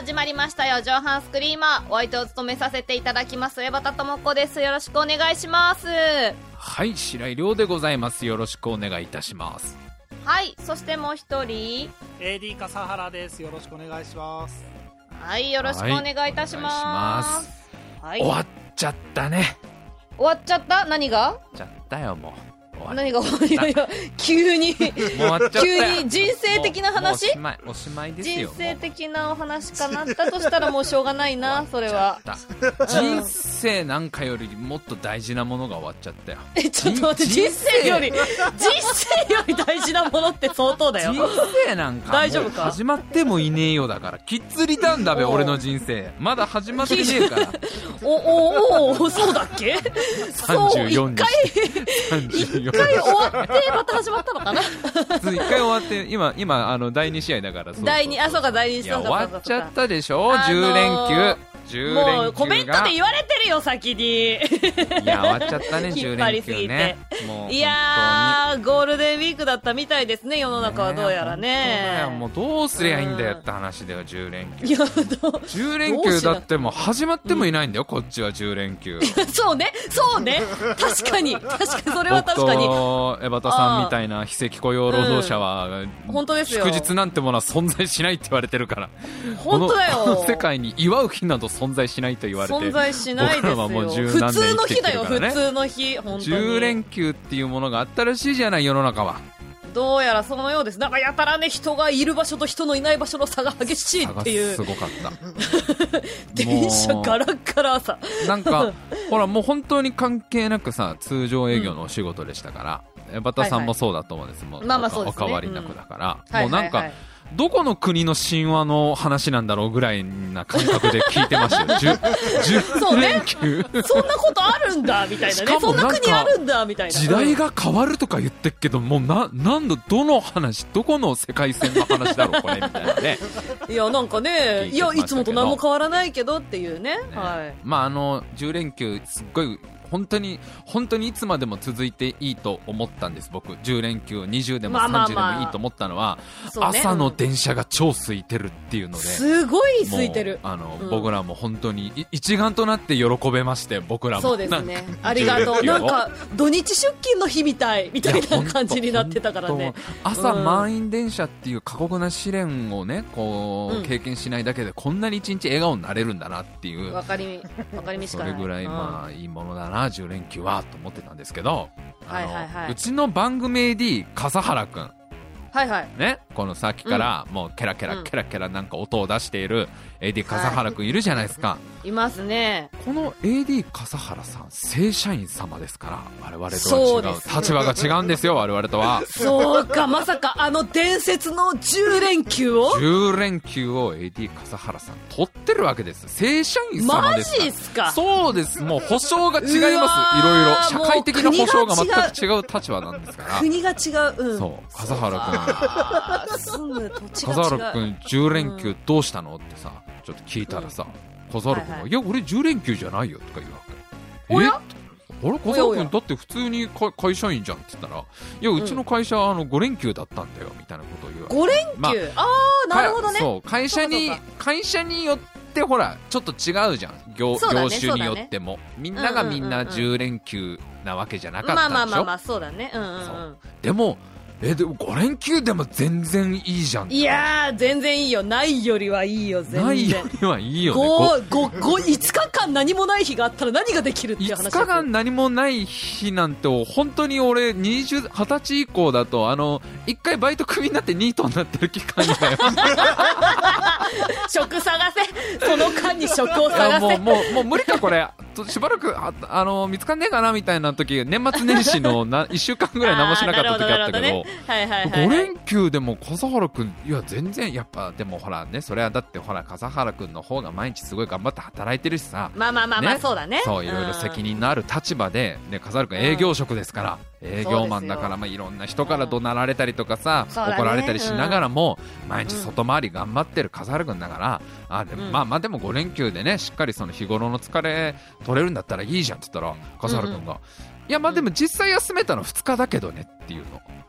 始まりましたよ、上半スクリーマー。お相手を務めさせていただきます江端智子です。よろしくお願いします。 はい、白井亮でございます。よろしくお願いいたします。 はい、そしてもう一人 AD 笠原です。よろしくお願いします。 はい、よろしくお願いいたします。はい、 終わっちゃったね。 終わっちゃった。何が終わっちゃったよ。もう何がいやいや急に急に人生的な話、 おしまいですよ。 人生的なお話かなったとしたらもうしょうがないなそれは。 人生なんかよりもっと大事なものが終わっちゃったよ。 ちょっと待って、人生より大事なものって相当だよ。 人生なんか大丈夫か。 始まってもいねえよ。だからキッズリターンだべ。俺の人生まだ始まってねえから。 おそうだっけ。 34に一回終わってまた始まったのかな。 一回終わって今第2試合だから。 第2、あ、そうか、第2試合。 終わっちゃったでしょ。10連休もうコメントで言われてるよ先に。 いや終わっちゃったね。10連休ね。 もういやーゴールデンウィークだったみたいですね、世の中はどうやらね。 もうどうすりゃいいんだよって話だよ。10連休。 いや 10連休だってもう始まってもいないんだよ、こっちは10連休。 そうね確かにそれは確かに。 江端さんみたいな非正規雇用労働者は、 本当ですよ、 祝日なんてものは存在しないって言われてるから。 本当だよ。 この世界に祝う日など存在しないと言われて、 存在しないですよ。 僕らはもう十普何年通の日だよ、 生きてきてるからね。 普通の日。本当に 10連休っていうものがあったらしいじゃない、世の中は。 どうやらそのようです。なんかやたらね、人がいる場所と人のいない場所の差が激しいっていう。 すごかった。 電車ガラッガラさ。 なんかほらもう本当に関係なくさ、通常営業のお仕事でしたから、江端さんもそうだと思うんです。もうお変わりなくだから、もうなんかどこの国の神話の話なんだろうぐらいな感覚で聞いてましたよ。10連休、 そんなことあるんだみたいなね。そんな国あるんだみたいな。 時代が変わるとか言ってっけど、もうどの話、どこの世界線の話だろうこれみたいなね。 いやなんかね、いやいつもと何も変わらないけどっていうね。はい。 まあ10連休すっごい本当にいつまでも続いていいと思ったんです。僕10連休20でも30でもいいと思ったのは、朝の電車が超空いてるっていうので、 すごい空いてる。 僕らも本当に一丸となって喜べまして、僕らも。 そうですね、ありがとう。なんか土日出勤の日みたいな感じになってたからね。 朝満員電車っていう過酷な試練をね、こう経験しないだけでこんなに一日笑顔になれるんだなっていう。 わかりみしかない。 それぐらいまあいいものだな10連休はと思ってたんですけど、 はい、 うちの番組 AD 笠原くん、 はいはいね、このさっきからもうケラケラなんか音を出している AD 笠原くんいるじゃないですか。 いますね。 この AD 笠原さん正社員様ですから、我々とは違う立場が違うんですよ、我々とは。 そうか、まさか伝説の10連休を 10連休を AD 笠原さん取ってるわけです。正社員様ですから。 マジっすか。 そうです。もう保証が違います。いろいろ社会的な保証が全く違う立場なんですから。 国が違う。 そう笠原くん住む土地が違う。 笠原くん10連休どうしたのってさ、ちょっと聞いたらさ、笠原くんが、いや俺10連休じゃないよとか言うわけ。 おやあれ笠原くんだって普通に会社員じゃんって言ったら、いやうちの会社5連休だったんだよみたいなことを言うわけ。 5連休、なるほどね。 そう会社によってほらちょっと違うじゃん、業種によっても、みんながみんな10連休なわけじゃなかったでしょ。 まあそうだね。 でも5連休でも全然いいじゃん。 いやー全然いいよ。ないよりはいいよ。全然ないよりはいいよね。 5日間何もない日があったら何ができるっていう話。 5日間何もない日なんて本当に俺20歳以降だと1回バイトクビになってニートになってる期間だよ。 職探せ、その間に職を探せ。 もう無理かこれ。しばらく見つかんねえかなみたいな時、年末年始の1週間ぐらい何もしなかった時あったけど、5連休でも笠原くん、いや全然やっぱでもほらね、それはだってほら笠原くんの方が毎日すごい頑張って働いてるしさ、 まあそうだね。 そういろいろ責任のある立場で、ね、笠原くん営業職ですから、営業マンだから、いろんな人から怒鳴られたりとかさ、怒られたりしながらも毎日外回り頑張ってる笠原くんだから、でもでも5連休でね、しっかりその日頃の疲れ取れるんだったらいいじゃんって言ったら、笠原くんが、いやでも実際休めたの2日だけどねっていうの。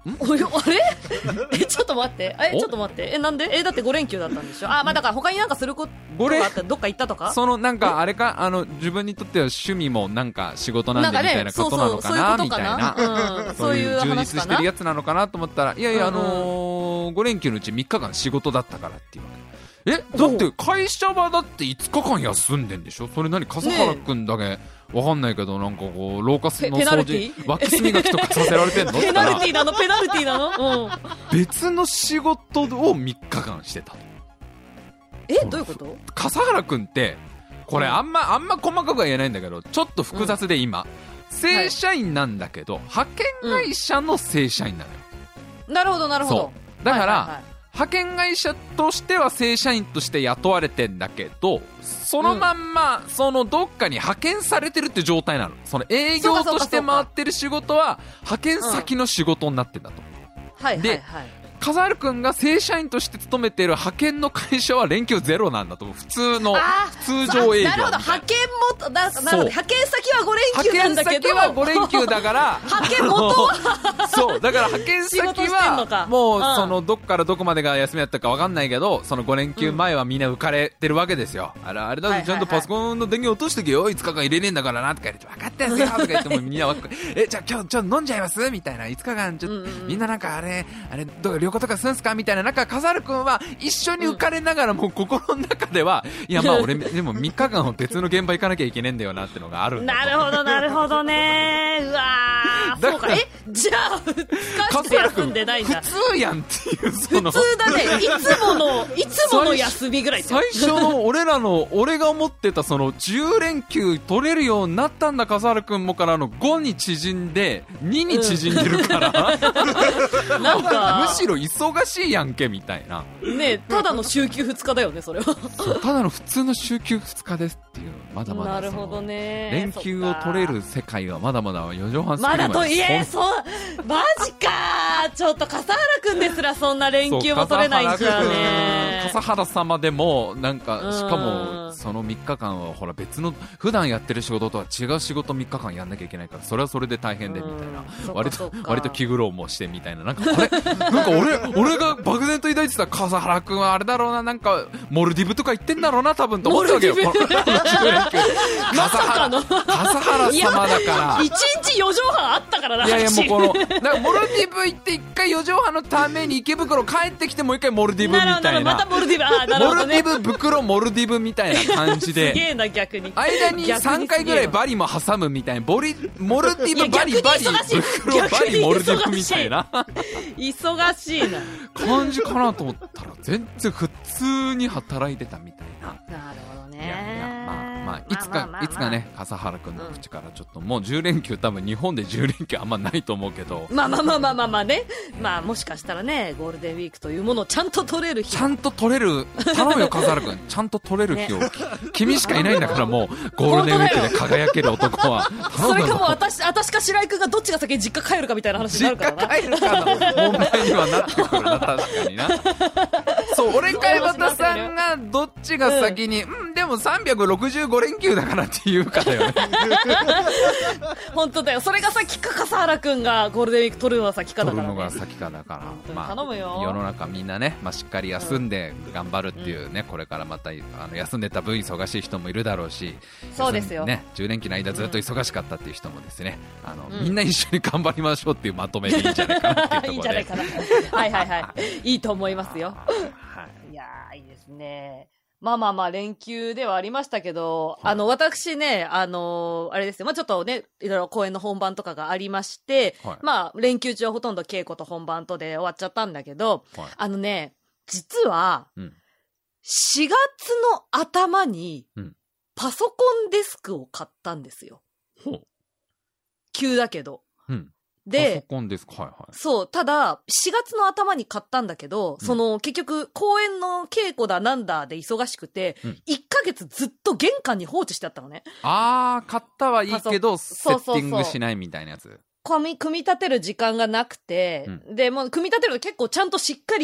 あれちょっと待って。ちょっと待って。なんでだって5連休だったんでしょ。まあだから他になんかすることがあったらどっか行ったとかなんかあれか、自分にとっては趣味もなんか仕事なんでみたいなことなのかなみたいな。そういう充実してるやつなのかなと思ったら、いやいや、5連休のうち3日間仕事だったからっていうわけ。だって会社はだって5日間休んでんでしょ。それ何、笠原くんだけわかんないけど、なんかこう廊下の掃除脇炭磨きとかさせられてんのペナルティーなの、 別の仕事を3日間してたと。 どういうこと？ 笠原くんってこれあんま細かくは言えないんだけど、ちょっと複雑で今、正社員なんだけど、派遣会社の正社員なのよ。 なるほどなるほど。 そうだから、派遣会社としては正社員として雇われてんだけど、そのまんま、そのどっかに派遣されてるって状態なの。その営業として回ってる仕事は派遣先の仕事になってんだと。で、笠原くんが正社員として勤めている派遣の会社は連休ゼロなんだと。普通常営業みたいな。 なるほど、派遣元なるほど、派遣先は5連休なんだけど、 派遣先は5連休だから派遣元はそうだから派遣先はもうそのどっからどこまでが休みだったか分かんないけど、その5連休前はみんな浮かれてるわけですよ。あれだとちゃんとパソコンの電源落としてけよ、5日間入れねえんだからなとか言って、分かったんすよとか言ってもみんなじゃあ今日ちょっと飲んじゃいますみたいな、5日間ちょっとみんななんかあれどう旅行とかするんすかみたいな。なんか笠原くんは一緒に浮かれながらも心の中では、いやまあ俺でも3日間は別の現場行かなきゃいけねえんだよなってのがあるんだと。 なるほどね。うわー、そうか。じゃあ2日しか休んでないんだ。 普通やんっていう、 普通だね。いつもの休みぐらい。 最初の俺が思ってたその10連休取れるようになったんだ笠原くんもからの5に縮んで2に縮んでるから、 なんかむしろ忙しいやんけみたいなね。ただの週休2日だよねそれは。 ただの普通の週休2日ですっていう。まだまだなるほどね。 連休を取れる世界はまだまだ4畳半スクリーンまだとマジかちょっと笠原くんですらそんな連休も取れないんじゃね。 笠原様でもなんか、しかもその3日間はほら別の普段やってる仕事とは違う仕事3日間やんなきゃいけないから、それはそれで大変でみたいな、割と気苦労もしてみたいな。なんか俺が漠然と抱いてた笠原くんはあれだろうな、なんかモルディブとか行ってんだろうな多分と思ってたわけよ。 まさかの笠原様だから 1日4畳半あったからな。 いやもうだからモルディブ行って1回4畳半のために池袋帰ってきてもう1回モルディブみたいな。 またモルディブ、なるほどね。 モルディブ袋モルディブみたいな感じで。 すげえな逆に。 間に3回ぐらいバリも挟むみたいな。モルディブバリ袋バリモルディブみたいな。 忙しいな感じかなと思ったら全然普通に働いてたみたいな。 なるほどね。 いやまあいつかね笠原くんの口からちょっともう10連休多分日本で10連休あんまないと思うけど、 まあね、まあもしかしたらねゴールデンウィークというものをちゃんと取れる日、 ちゃんと取れる、頼むよ笠原くんちゃんと取れる日を、君しかいないんだからもうゴールデンウィークで輝ける男は。 それかもう私か白井くんがどっちが先に実家帰るかみたいな話になるからな。 実家帰るかの問題にはなってくるな確かにな。そう俺か岩田さんがどっちが先に、でも365連休だからって言うかだよね。 本当だよ。それが先か笠原くんがゴールデンウィーク取るのが先かだから、ね、 取るのが先かだから、 頼むよ。 世の中みんなね、しっかり休んで頑張るっていうね、これからまた休んでた分忙しい人もいるだろうし、 そうですよね、10連休の間ずっと忙しかったっていう人もですね、みんな一緒に頑張りましょうっていうまとめでいいんじゃないかなっていうところでいいんじゃないかな。はいいいと思いますよ。いやーいいですね。まあ連休ではありましたけど、私ね、あれですよ。ちょっとね、いろいろ公演の本番とかがありまして、連休中はほとんど稽古と本番とで終わっちゃったんだけど、実は、4月の頭に、パソコンデスクを買ったんですよ。急だけど。で、 パソコンですか、 そう、ただ、4月の頭に買ったんだけど、結局、公演の稽古だなんだで忙しくて、1ヶ月ずっと玄関に放置してあったのね。 買ったはいいけど、セッティングしないみたいなやつ。 組み立てる時間がなくて、で、もう組み立てると結構ちゃんとしっかり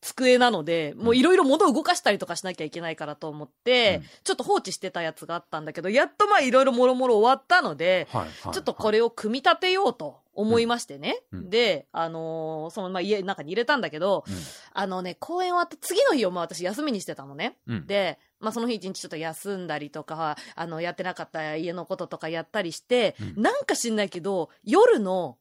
机なので、もういろいろ物を動かしたりとかしなきゃいけないからと思って、ちょっと放置してたやつがあったんだけど、やっとまあいろいろもろもろ終わったので、ちょっとこれを組み立てようと思いましてね。で、そのまあ家の中に入れたんだけど、公演終わった次の日をまあ私休みにしてたのね。で、まあその日一日ちょっと休んだりとか、やってなかった家のこととかやったりして、なんか知んないけど、夜の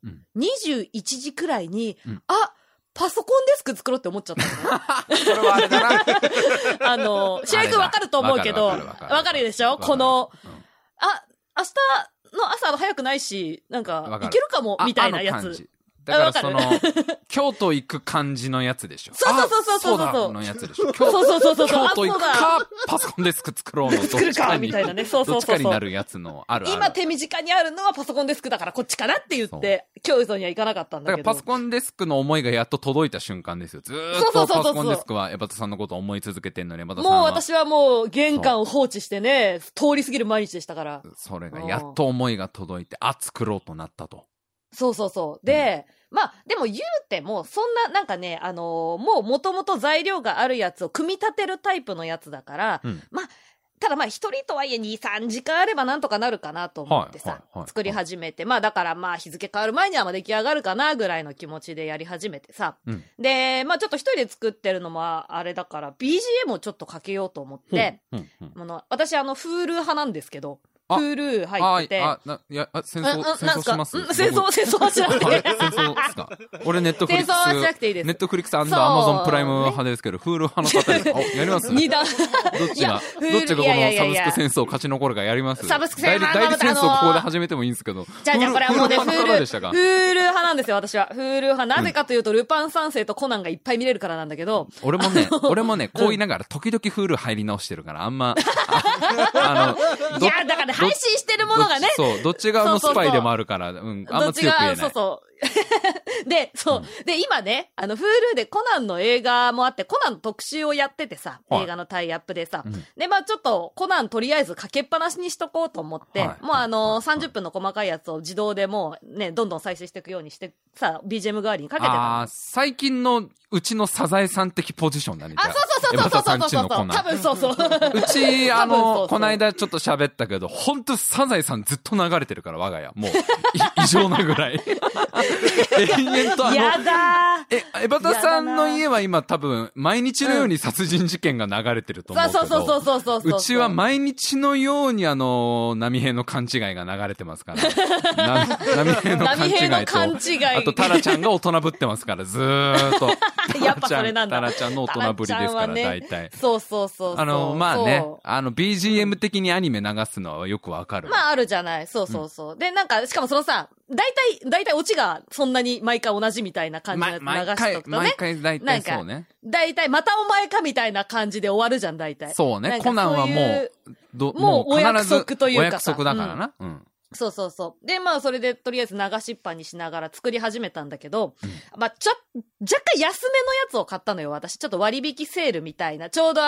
21時くらいに、パソコンデスク作ろうって思っちゃったのね。 それはあれだな。 白井くんわかると思うけど、わかるでしょこの、明日の朝早くないし、なんか、いけるかも、みたいなやつ。 だから京都行く感じのやつでしょ。 そうのやつでしょ。 そう。 京都行くか、パソコンデスク作ろうのどっちかに。 作るか、みたいなね。そう。 どっちかになるやつのある。 今手短にあるのはパソコンデスクだからこっちかなって言って、京都には行かなかったんだけど。 だからパソコンデスクの思いがやっと届いた瞬間ですよ。ずーっとパソコンデスクは江端さんのことを思い続けてんのに、江端さんは。 もう私はもう玄関を放置してね、通り過ぎる毎日でしたから。 それがやっと思いが届いて、作ろうとなったと。 そう。で、まあ、でも言うても、そんな、なんかね、もう元々材料があるやつを組み立てるタイプのやつだから、まあ、ただまあ一人とはいえ2、3時間あればなんとかなるかなと思ってさ、作り始めて、まあだからまあ日付変わる前にはまあ出来上がるかなぐらいの気持ちでやり始めてさ、で、まあちょっと一人で作ってるのもあれだから BGM をちょっとかけようと思って、私Hulu派なんですけど、Hulu 入ってて。 戦争します戦争はしなくていい。 戦争ですか俺ネットフリックス。 戦争はしなくていいです。 ネットフリックス&アマゾンプライム派ですけど、Hulu 派の方です。やります二段。 どっちがこのサブスク戦争勝ち残るかやりますサブスク戦争。 代理戦争ここで始めてもいいんですけど。 じゃあこれはもうね、Hulu 派なんですよ、私は。Hulu 派。なぜかというと、ルパン三世とコナンがいっぱい見れるからなんだけど。 俺もね、こう言いながら時々Hulu入り直してるから、あんま。 いや、だから配信してるものがね。 そう、どっち側のスパイでもあるから、あんま強く言えない。 で、今ね、Hulu でコナンの映画もあって、コナンの特集をやっててさ、映画のタイアップでさ。で、まあちょっと、コナンとりあえずかけっぱなしにしとこうと思って、もう30分の細かいやつを自動でもうね、どんどん再生していくようにして、さ、BGM 代わりにかけてた。 最近のうちのサザエさん的ポジションだね。 そう。多分そう。 うち、こないだちょっと喋ったけど、ほんとサザエさんずっと流れてるから、我が家。もう、異常なぐらい。延々とやだー。江端さんの家は今多分、毎日のように殺人事件が流れてると思うけど。 そう。 うちは毎日のように波平の勘違いが流れてますから。波平の勘違いと、あとタラちゃんが大人ぶってますから、ずーっと。 やっぱそれなんだ。 タラちゃんの大人ぶりですから、大体。 そう。 まあね、BGM 的にアニメ流すのはよくわかる。 まああるじゃない。そう。で、なんか、しかもそのさ、大体オチがそんなに毎回同じみたいな感じのやつ流しとくとね。 毎回大体そうね。 大体またお前かみたいな感じで終わるじゃん、大体。 そうね。コナンはもうお約束というかさ。 お約束だからな。 そう。で、まあ、それで、とりあえず流しっぱにしながら作り始めたんだけど、まあ、若干安めのやつを買ったのよ、私。ちょっと割引セールみたいな。ちょうど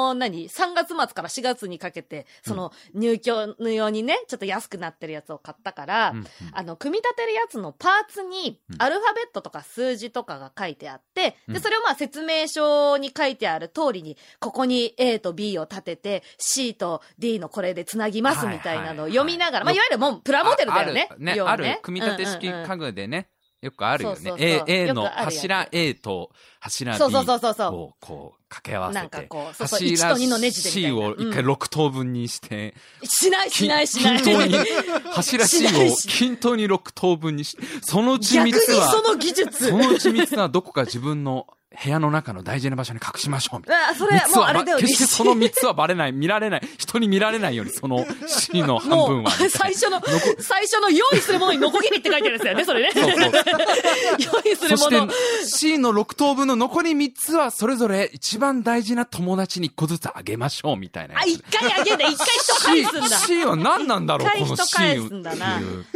3月末から4月にかけて、その、入居のようにね、ちょっと安くなってるやつを買ったから、組み立てるやつのパーツに、アルファベットとか数字とかが書いてあって、で、それをまあ、説明書に書いてある通りに、ここに A と B を立てて、C と D のこれで繋ぎますみたいなのを読みながら、まあ、いわゆるもう、プラモデルだよね。 ある、組み立て式家具でね、よくあるよね。A の柱 A と柱 B をこう掛け合わせて。 なんかこう、1と2のネジでみたいな。 C を一回6等分にして。 しない。 均等に、柱 C を均等に6等分にして、そのうち3つは、 逆にその技術。 そのうち3つはどこか自分の部屋の中の大事な場所に隠しましょうみたいな。 それもうあれだよね。 決してその3つはバレない、見られない、人に見られないように、その C の半分は。 最初の用意するものにノコギリって書いてあるんですよね、それね。そう。用意するもの。 そして C の6等分の残り3つは、それぞれ一番大事な友達に1個ずつあげましょうみたいな。 1回あげんだ、1回人返すんだ。 C は何なんだろう、この C 1回人返すんだな。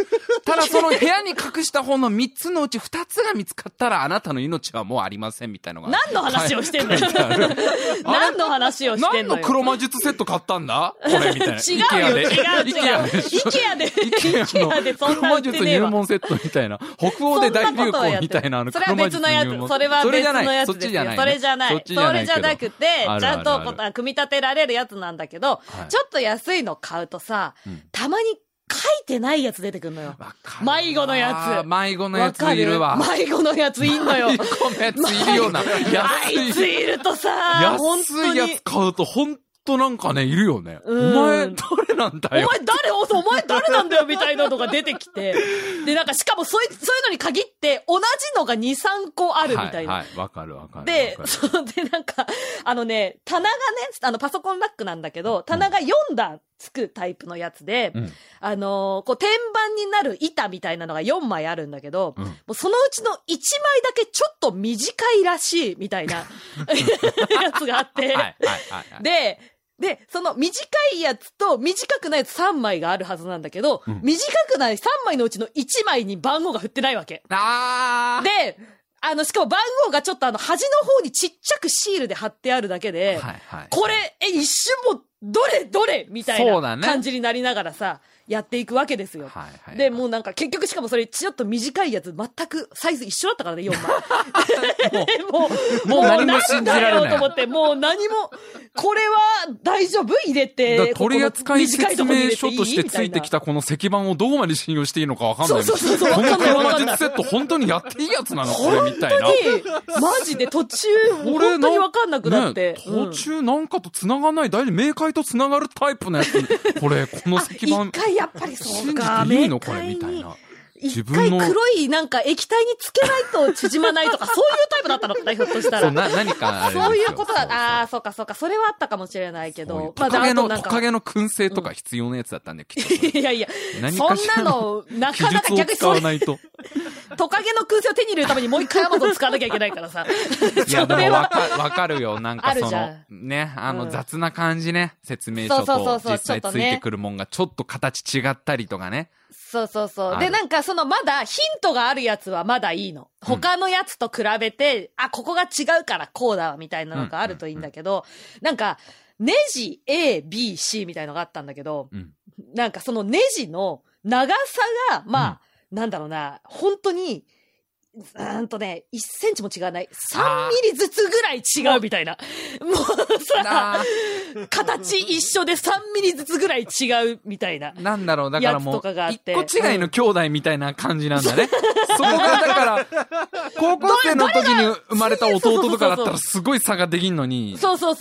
ただその部屋に隠した方の3つのうち2つが見つかったら、あなたの命はもうありませんみたいなのが。 何の話をしてんのよ。何の話をしてんのよ。 何の黒魔術セット買ったんだこれみたいな。 違うよ、違う。IKEAでそんな黒魔術入門セットみたいな。北欧で大流行みたいなそれは別のやつ。それは別のやつですよ。それじゃない。それじゃなくて、ちゃんと組み立てられるやつなんだけど、ちょっと安いの買うとさ、たまに書いてないやつ出てくるのよ。迷子のやつ。 迷子のやついるわ。 迷子のやついんのよ。 迷子のやついるような。 あいついるとさ、 安いやつ買うと本当なんかね、いるよね。お前誰なんだよ。 お前誰なんだよみたいなのが出てきて。で、なんかしかもそういうのに限って同じのが2、3個あるみたいな。 はい、わかる。 で、なんか、棚がね、パソコンラックなんだけど、棚が4段つくタイプのやつで、こう天板になる板みたいなのが4枚あるんだけど、もうそのうちの1枚だけちょっと短いらしいみたいなやつがあって、で、その短いやつと短くないやつ3枚があるはずなんだけど、短くない3枚のうちの1枚に番号が振ってないわけ。で、しかも番号がちょっと端の方にちっちゃくシールで貼ってあるだけで、これ、一瞬もどれみたいな感じになりながらさ、やっていくわけですよ。で、もうなんか結局しかもそれちょっと短いやつ全くサイズ一緒だったからね、4枚。もう何も信じられない。もうなんだよと思って、もう何も、これは大丈夫入れて。 取扱説明書としてついてきたこの石板をどこまで信用していいのかわかんない。 そう。 この黒魔術セット本当にやっていいやつなのこれみたいな。 本当に、マジで途中、本当にわかんなくなって。 途中なんかと繋がない、大事明快と繋がるタイプのやつ。この石板。 一回やっぱりそうか。 いいのこれみたいな。 一回黒いなんか液体につけないと縮まないとか、そういうタイプだったのかな、ひょっとしたら。 何かそういうことだ。そうか。それはあったかもしれないけど。 トカゲの燻製とか必要なやつだったんだよ、きっと。 いや、そんなの、なかなか逆に使わないと。 トカゲの燻製を手に入れるためにもう一回アマゾン使わなきゃいけないからさ。 いや、でもわかるよ。なんかね、雑な感じね。説明書と実際ついてくるもんがちょっと形違ったりとかね。 そう。で、なんかまだヒントがあるやつはまだいいの。他のやつと比べて、ここが違うからこうだわ、みたいなのがあるといいんだけど、なんか、ネジ A、B、C みたいのがあったんだけど、なんかそのネジの長さが、なんだろうな、本当に、1センチも違わない。3ミリずつぐらい違うみたいな。もうさ、形一緒で3ミリずつぐらい違うみたいな。 なんだろう、だからもう、一個違いの兄弟みたいな感じなんだね。そこがだから、高校生の時に生まれた弟とかだったらすごい差ができんのに。 そう。 小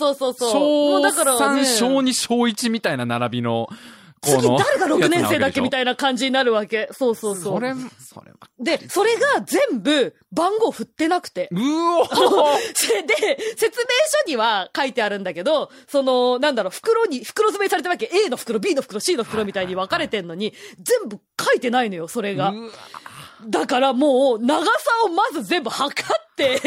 3、小2、小1みたいな並びの、 次誰が6年生だっけみたいな感じになるわけ。そう。 それは。 で、それが全部番号振ってなくて。 うおで、説明書には書いてあるんだけど、袋詰めされてるわけ。A の袋、B の袋、C の袋みたいに分かれてんのに、全部書いてないのよ、それが。だからもう、長さをまず全部測って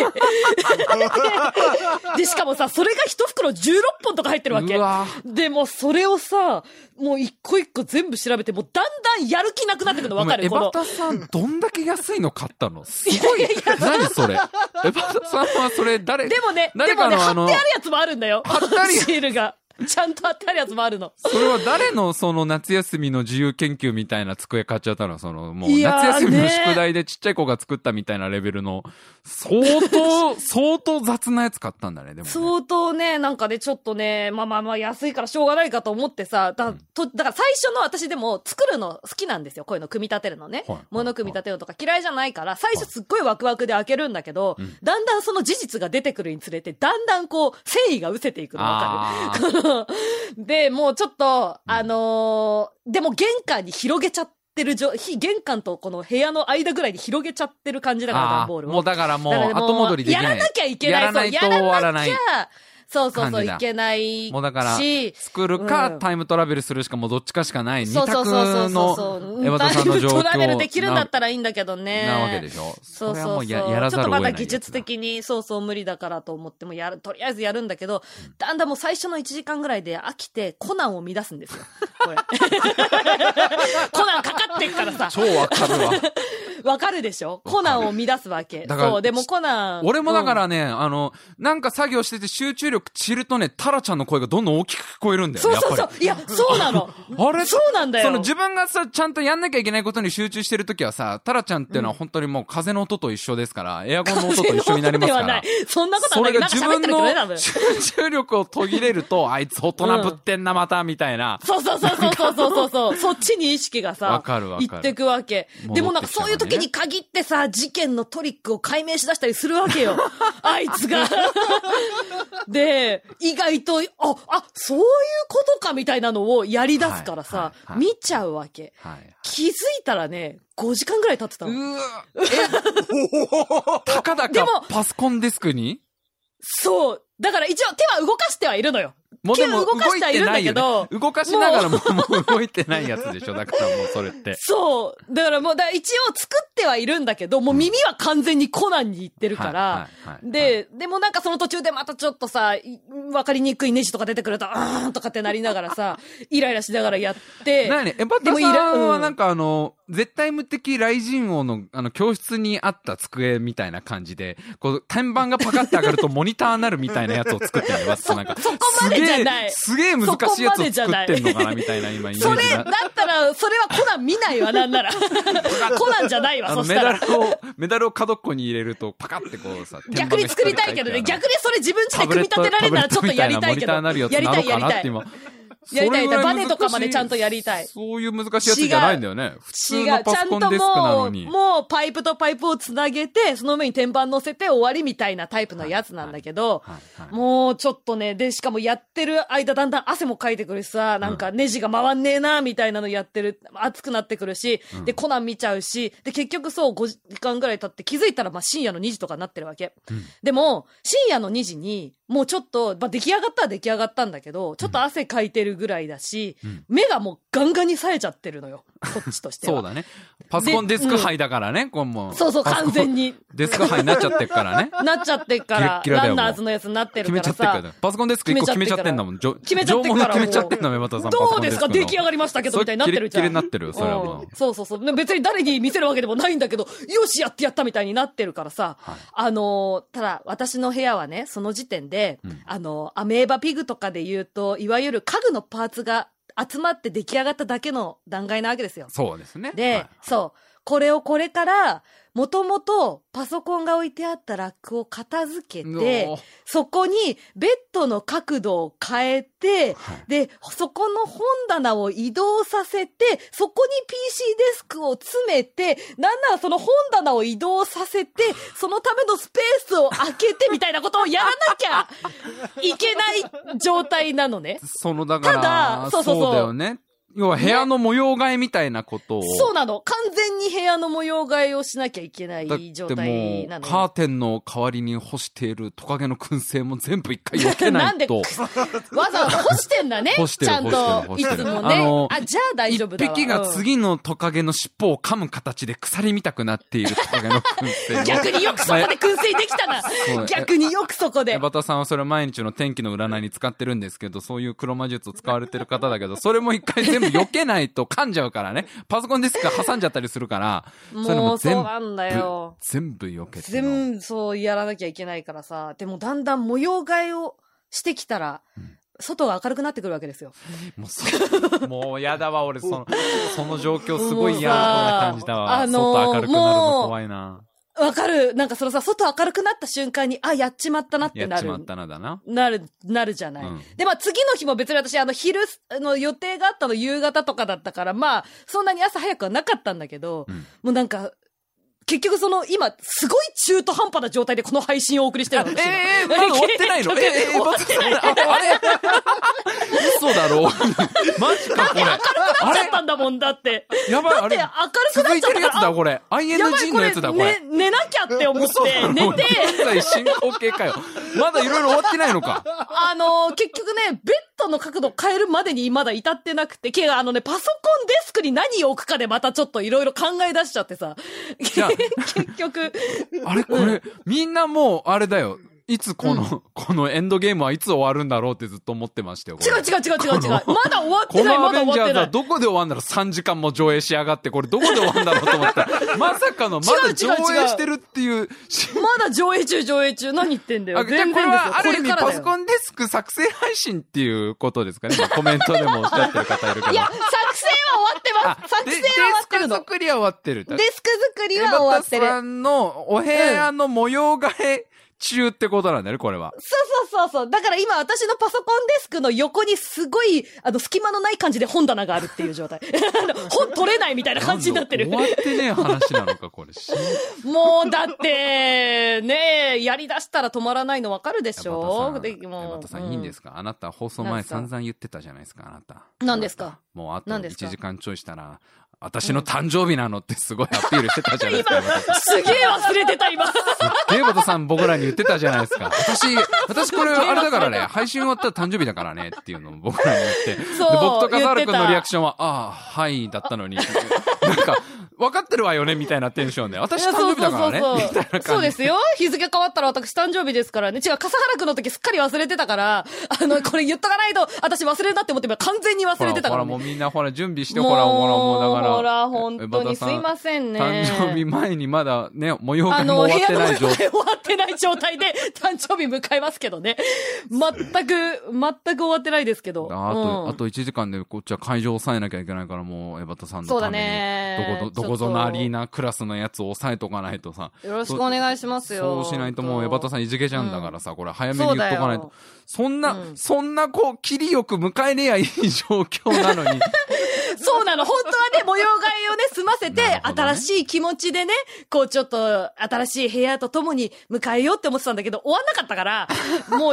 で、しかもさ、それが一袋16本とか入ってるわけ。でも、それをさ、もう一個一個全部調べて、もうだんだんやる気なくなってくるの分かる？ エバタさん、どんだけ安いの買ったの？すごい。何それ？エバタさんはそれでもね、貼ってあるやつもあるんだよ。貼ってあるシールが。ちゃんと貼ってあるやつもあるの。それは誰の夏休みの自由研究みたいな机買っちゃったの？もう夏休みの宿題でちっちゃい子が作ったみたいなレベルの、相当雑なやつ買ったんだね、でもね。相当ね、なんかね、ちょっとね、安いからしょうがないかと思ってさ、だから最初の私でも作るの好きなんですよ。こういうの組み立てるのね。物組み立てるのとか嫌いじゃないから、最初すっごいワクワクで開けるんだけど、だんだんその事実が出てくるにつれて、だんだんこう、繊維が失せていくのわかる？で、もうちょっと、でも玄関に広げちゃってる玄関とこの部屋の間ぐらいに広げちゃってる感じだから、段ボールを。もうだからもう後戻りできない。やらなきゃいけない。やらないと終わらない。 そうそうそう、いけないし。 もうだから、作るか、タイムトラベルするしかもうどっちかしかない。二択の、江端さんの状況。 トラベルできるんだったらいいんだけどね。 なわけでしょ。 そうそうそう。 やらざるを得ない。 ちょっとまだ技術的に、そうそう無理だからと思ってもとりあえずやるんだけど、だんだんもう最初の1時間ぐらいで飽きて、コナンを乱すんですよ。これ。コナンかかってっからさ。 超わかるわ。 わかるでしょ？コナンを乱すわけ。そう、でもコナン。 俺もだからね、なんか作業してて集中力散るとね、タラちゃんの声がどんどん大きく聞こえるんだよね。 そうそうそう。いや、そうなの。 あれそうなんだよ。 自分がさ、ちゃんとやんなきゃいけないことに集中してるときはさ、タラちゃんっていうのは本当にもう風の音と一緒ですから、エアコンの音と一緒になりますから。 そんなことはない。 それが自分の集中力を途切れると、あいつ大人ぶってんなまた、みたいな。 そう。そっちに意識がさ、行ってくわけ。でもなんかそういう時に限ってさ、事件のトリックを解明しだしたりするわけよ。あいつが。で、意外と、そういうことかみたいなのをやり出すからさ、見ちゃうわけ。気づいたらね、5時間ぐらい経ってたの。 たかだかパソコンデスクに？ そう。だから一応手は動かしてはいるのよ。 もうでも動かしてはいるんだけど。 動かしながらもう動いてないやつでしょ。だからもうそれって。 そう。だからもう、一応作ってはいるんだけど、もう耳は完全にコナンに行ってるから。でもなんかその途中でまたちょっとさ、わかりにくいネジとか出てくると、とかってなりながらさ、イライラしながらやって。 なに、エバタさんはなんか絶対無敵雷神王の教室にあった机みたいな感じで、こう、天板がパカって上がるとモニターになるみたいなやつを作ってみます。なんか。 そこまでじゃない。 すげえ難しいやつを作ってんのかなみたいな今イメージが。 それ、だったら、それはコナン見ないわ、なんなら。コナンじゃないわ、そしたら。 メダルを角っこに入れると、パカってこうさ、 逆に作りたいけどね、逆にそれ自分家で組み立てられたらちょっとやりたいけど。やりたい。やりたい。バネとかまでちゃんとやりたい。 そういう難しいやつじゃないんだよね。普通のパソコンデスクなのに。 もうパイプとパイプをつなげて、その上に天板乗せて終わりみたいなタイプのやつなんだけど、もうちょっとね、で、しかもやってる間だんだん汗もかいてくるしさ、なんかネジが回んねえな、みたいなのやってる、熱くなってくるし、で、コナン見ちゃうし、で、結局そう5時間ぐらい経って気づいたら深夜の2時とかになってるわけ。でも、深夜の2時に、もうちょっと、出来上がったら出来上がったんだけど、ちょっと汗かいてるぐらいだし、目がもうガンガンに冴えちゃってるのよ。こっちとしては。 そうだね。パソコンデスク杯だからね、これもう。 そう、完全に。 デスク杯になっちゃってるからね。 なっちゃってっから、ランナーズのやつになってるからさ。 決めちゃってるから。パソコンデスク1個決めちゃってんだもん。 決めちゃってから。 決めちゃってんの、メバタさん。 どうですか出来上がりましたけど、みたいになってるじゃん。 キレッキレになってるよ、それはもう。 そう。別に誰に見せるわけでもないんだけど、よし、やったみたいになってるからさ。ただ、私の部屋はね、その時点で、アメーバピグとかで言うと、いわゆる家具のパーツが集まって出来上がっただけの段階なわけですよ。 そうですね。 で、そう。これをこれから、もともとパソコンが置いてあったラックを片付けて、そこにベッドの角度を変えて、で、そこの本棚を移動させて、そこに PC デスクを詰めて、なんならその本棚を移動させて、そのためのスペースを空けてみたいなことをやらなきゃいけない状態なのね。 だから、ただ、そうだよね。要は部屋の模様替えみたいなことを、 そうなの。完全に部屋の模様替えをしなきゃいけない状態なの。 カーテンの代わりに干しているトカゲの燻製も全部一回避けないと。 わざわざ干してんだね。ちゃんと。いつもね。じゃあ大丈夫だわ。 一匹が次のトカゲの尻尾を噛む形で鎖みたくなっているトカゲの燻製。 逆によくそこで燻製できたな。逆によくそこで。 エバタさんはそれ毎日の天気の占いに使ってるんですけど、そういう黒魔術を使われてる方だけど、それも一回全部避けないと噛んじゃうからね。パソコンデスクが挟んじゃったりするから。 もうそうなんだよ。 全部避けて。 全部そうやらなきゃいけないからさ。でもだんだん模様替えをしてきたら、外が明るくなってくるわけですよ。 もうやだわ、俺その状況すごい嫌な感じだわ。外明るくなるの怖いな。 わかる。なんかそのさ、外明るくなった瞬間に、やっちまったなってなる。 やっちまったなだな。 なるじゃない。で、次の日も別に私、昼、予定があったの夕方とかだったから、そんなに朝早くはなかったんだけど、もうなんか、結局今、すごい中途半端な状態でこの配信をお送りしてるの。 まだ終わってないの？終わってない。あれ嘘だろマジかこれ。 明るくなっちゃったんだもんだって。 やばい、あれ。 だって明るくなっちゃったから。 続いてるやつだ、これ。ING のやつだ、これ。 寝なきゃって思って、寝て。 現在進行形かよ。まだいろいろ終わってないのか。 結局ね、ベッドの角度変えるまでにまだ至ってなくて、パソコンデスクに何を置くかでまたちょっといろいろ考え出しちゃってさ。結局。 あれこれ、みんなもう、あれだよ。いつこのエンドゲームはいつ終わるんだろうってずっと思ってましたよ。 違う。まだ終わってない、まだ終わってない。 このアベンジャーズはどこで終わるんだろう ?3 時間も上映しやがって、これどこで終わるんだろうと思ったら、まさかの、まだ上映してるっていう。 まだ上映中。何言ってんだよ。全然ですよ。 これはある意味パソコンデスク作成配信っていうことですかね。コメントでもおっしゃってる方いるけど。 いや、作成は終わってます。作成は終わってるの。 デスク作りは終わってる。 デスク作りは終わってる。 エバタさんのお部屋の模様替え、中ってことなんだよね、これは。 そう。だから今私のパソコンデスクの横にすごい、隙間のない感じで本棚があるっていう状態。本取れないみたいな感じになってる。 終わってねえ話なのか、これ。 もう、だって、ねえ、やり出したら止まらないのわかるでしょ？ エバタさん、いいんですか？あなた放送前散々言ってたじゃないですか、あなた。 何ですか？ もうあと1時間ちょいしたら、私の誕生日なのってすごいアピールしてたじゃないですか。 すげえ忘れてた、今。 ゲーボトさん僕らに言ってたじゃないですか。私これあれだからね、配信終わったら誕生日だからねっていうのを僕らに言って。で、僕と笠原くんのリアクションは、はいだったのに、なんか、分かってるわよねみたいなテンションで。私誕生日だからねみたいな感じ。 そうですよ。日付変わったら私誕生日ですからね。違う、笠原くんの時すっかり忘れてたから、これ言っとかないと、私忘れるなって思って完全に忘れてたから、ね。 ほら、もうみんな準備して、ほら、もうだから。 ほら、本当にすいませんね。 誕生日前にまだね、模様替えも終わってない状態。 終わってない状態で誕生日迎えますけどね。全く終わってないですけど。 あと1時間でこっちは会場を抑えなきゃいけないから、もう、エバタさんのために、どこぞのアリーナクラスのやつを抑えとかないとさ。 よろしくお願いしますよ。 そうしないともうエバタさんいじけちゃうんだからさ、これ早めに言っとかないと。そんなこう、切りよく迎えれやいい状況なのに。 そうなの。本当はね、模様替えをね、済ませて、新しい気持ちでね、こうちょっと、新しい部屋とともに迎えようって思ってたんだけど、終わんなかったから、もう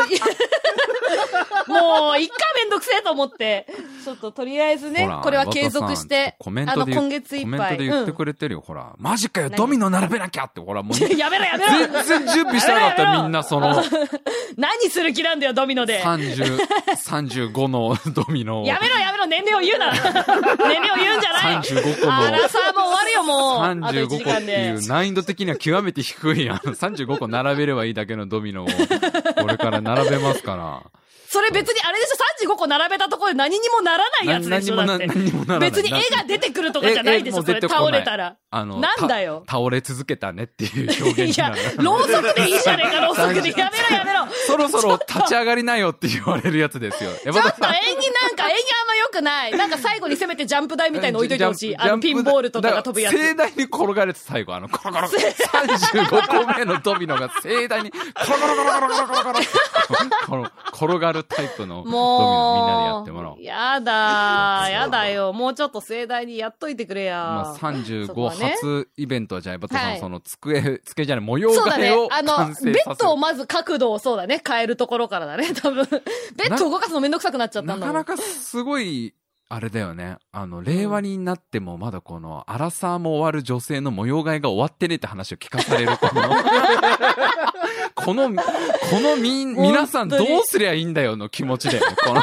一回めんどくせえと思って、ちょっととりあえずね、これは継続して、今月いっぱい。 コメントで言ってくれてるよ、ほら。マジかよ、ドミノ並べなきゃって、ほら、もう。 やめろ全然準備してなかったよ、みんな、 何する気なんだよ、ドミノで。 35のドミノを。 やめろ、年齢を言うな。年齢を言うんじゃない。 35個の。 あらさ、もう終わるよ、もう。 35個っていう難易度的には極めて低い35個並べればいいだけのドミノを、これから並べますから。 それ別にあれでしょ、35個並べたところで何にもならないやつでしょ、だって。 何にもならない。 別に絵が出てくるとかじゃないでしょ、それ倒れたら。なんだよ。 倒れ続けたねっていう表現になる。 いや、ろうそくでいいじゃねえか、ろうそくで。やめろ。 そろそろ立ち上がりなよって言われるやつですよ。 ちょっと演技あんま良くない。なんか最後にせめてジャンプ台みたいに置いといてほしい。ピンボールとかが飛ぶやつ。 盛大に転がるやつ、最後。コロコロ。35個目のドミノが盛大に、コロコロコロコロコロコロコロ。転がるタイプのドミノみんなでやってもらおう。 やだよ。もうちょっと盛大にやっといてくれや。 35初イベントはじゃあ、エバタさん、その机じゃない、模様替えを完成させる。 ベッドをまず角度をそうだね、変えるところからだね、多分。ベッドを動かすのめんどくさくなっちゃったんだもん。 なかなかすごい、あれだよね。令和になってもまだこの、アラサーも終わる女性の模様替えが終わってねって話を聞かされる。皆さんどうすりゃいいんだよの気持ちで。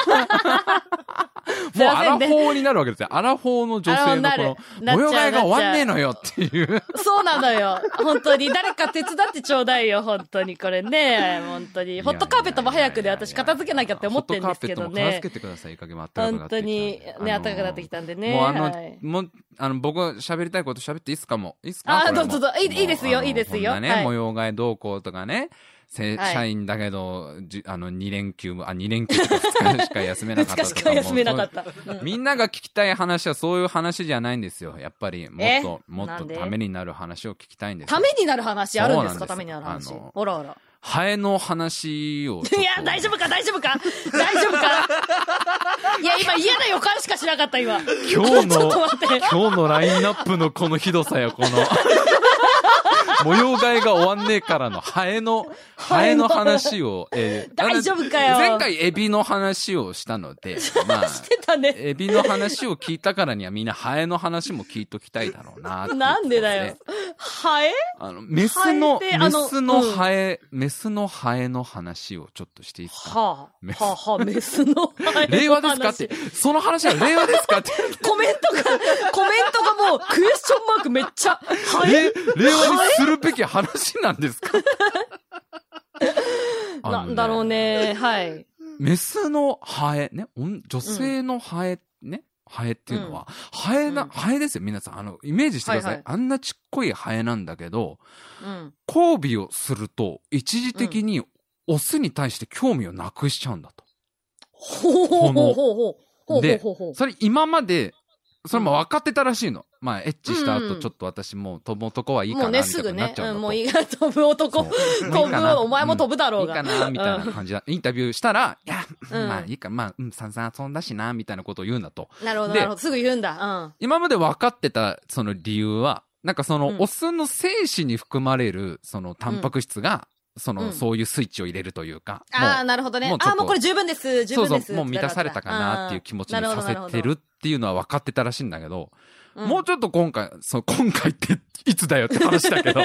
もうアラフォーになるわけですよ。アラフォーの女性のこの、模様替えが終わんねえのよっていう。 そうなのよ。本当に。誰か手伝ってちょうだいよ、本当に。これね。本当に。ホットカーペットも早くで私片付けなきゃって思ってるんですけどね。 ホットカーペットも片付けてください。いい加減もあったかくなってきた。 本当に、ね、あったかくなってきたんでね。 僕喋りたいこと喋っていいっすかも。いいっすか？ どうぞ。いいですよ、いいですよ。 こんなね、模様替えどうこうとかね。社員だけど、2連休とか2日しか休めなかったとか。 2日しか休めなかった。 みんなが聞きたい話はそういう話じゃないんですよ。やっぱり、もっとためになる話を聞きたいんです。 ためになる話あるんですか？ためになる話。ほらほら。 ハエの話を。 いや、大丈夫かいや、今嫌な予感しかしなかった、今。 今日のラインナップのこのひどさや、この。 模様替えが終わんねえからのハエの話を、 大丈夫かよ。 前回エビの話をしたので、まあ、 してたね。 エビの話を聞いたからにはみんなハエの話も聞いときたいだろうなっていう、 なんでだよ。ハエ？ メスのハエの話をちょっとしていいですか？ はあ、メスのハエ。 令和ですかって、その話は令和ですかって。 コメントがもうクエスチョンマークめっちゃ、ハエ？ 令和にするべき話なんですか？ なんだろうね、はい。 メスのハエね、女性のハエね、ハエっていうのは、ハエですよ、皆さん。イメージしてください。はいはい、あんなちっこいハエなんだけど、交尾をすると、一時的にオスに対して興味をなくしちゃうんだと。で、それ今まで、それも分かってたらしいの。まあ、エッチした後、ちょっと私もう飛ぶ男はいいかな、みたいになっちゃうんだと。 もういいが飛ぶ男。お前も飛ぶだろうが。 いいかな、みたいな感じだ。インタビューしたら、いや、まあいいか、まあ、散々遊んだしな、みたいなことを言うんだと。 なるほど、なるほど。すぐ言うんだ。 今まで分かってた、その理由は、なんかその、オスの精子に含まれる、その、タンパク質が、そういうスイッチを入れるというか。 ああ、なるほどね。もうこれ十分です、十分です。 そう、もう満たされたかなっていう気持ちにさせてるっていうのは分かってたらしいんだけど、もうちょっと今回っていつだよって話だけど。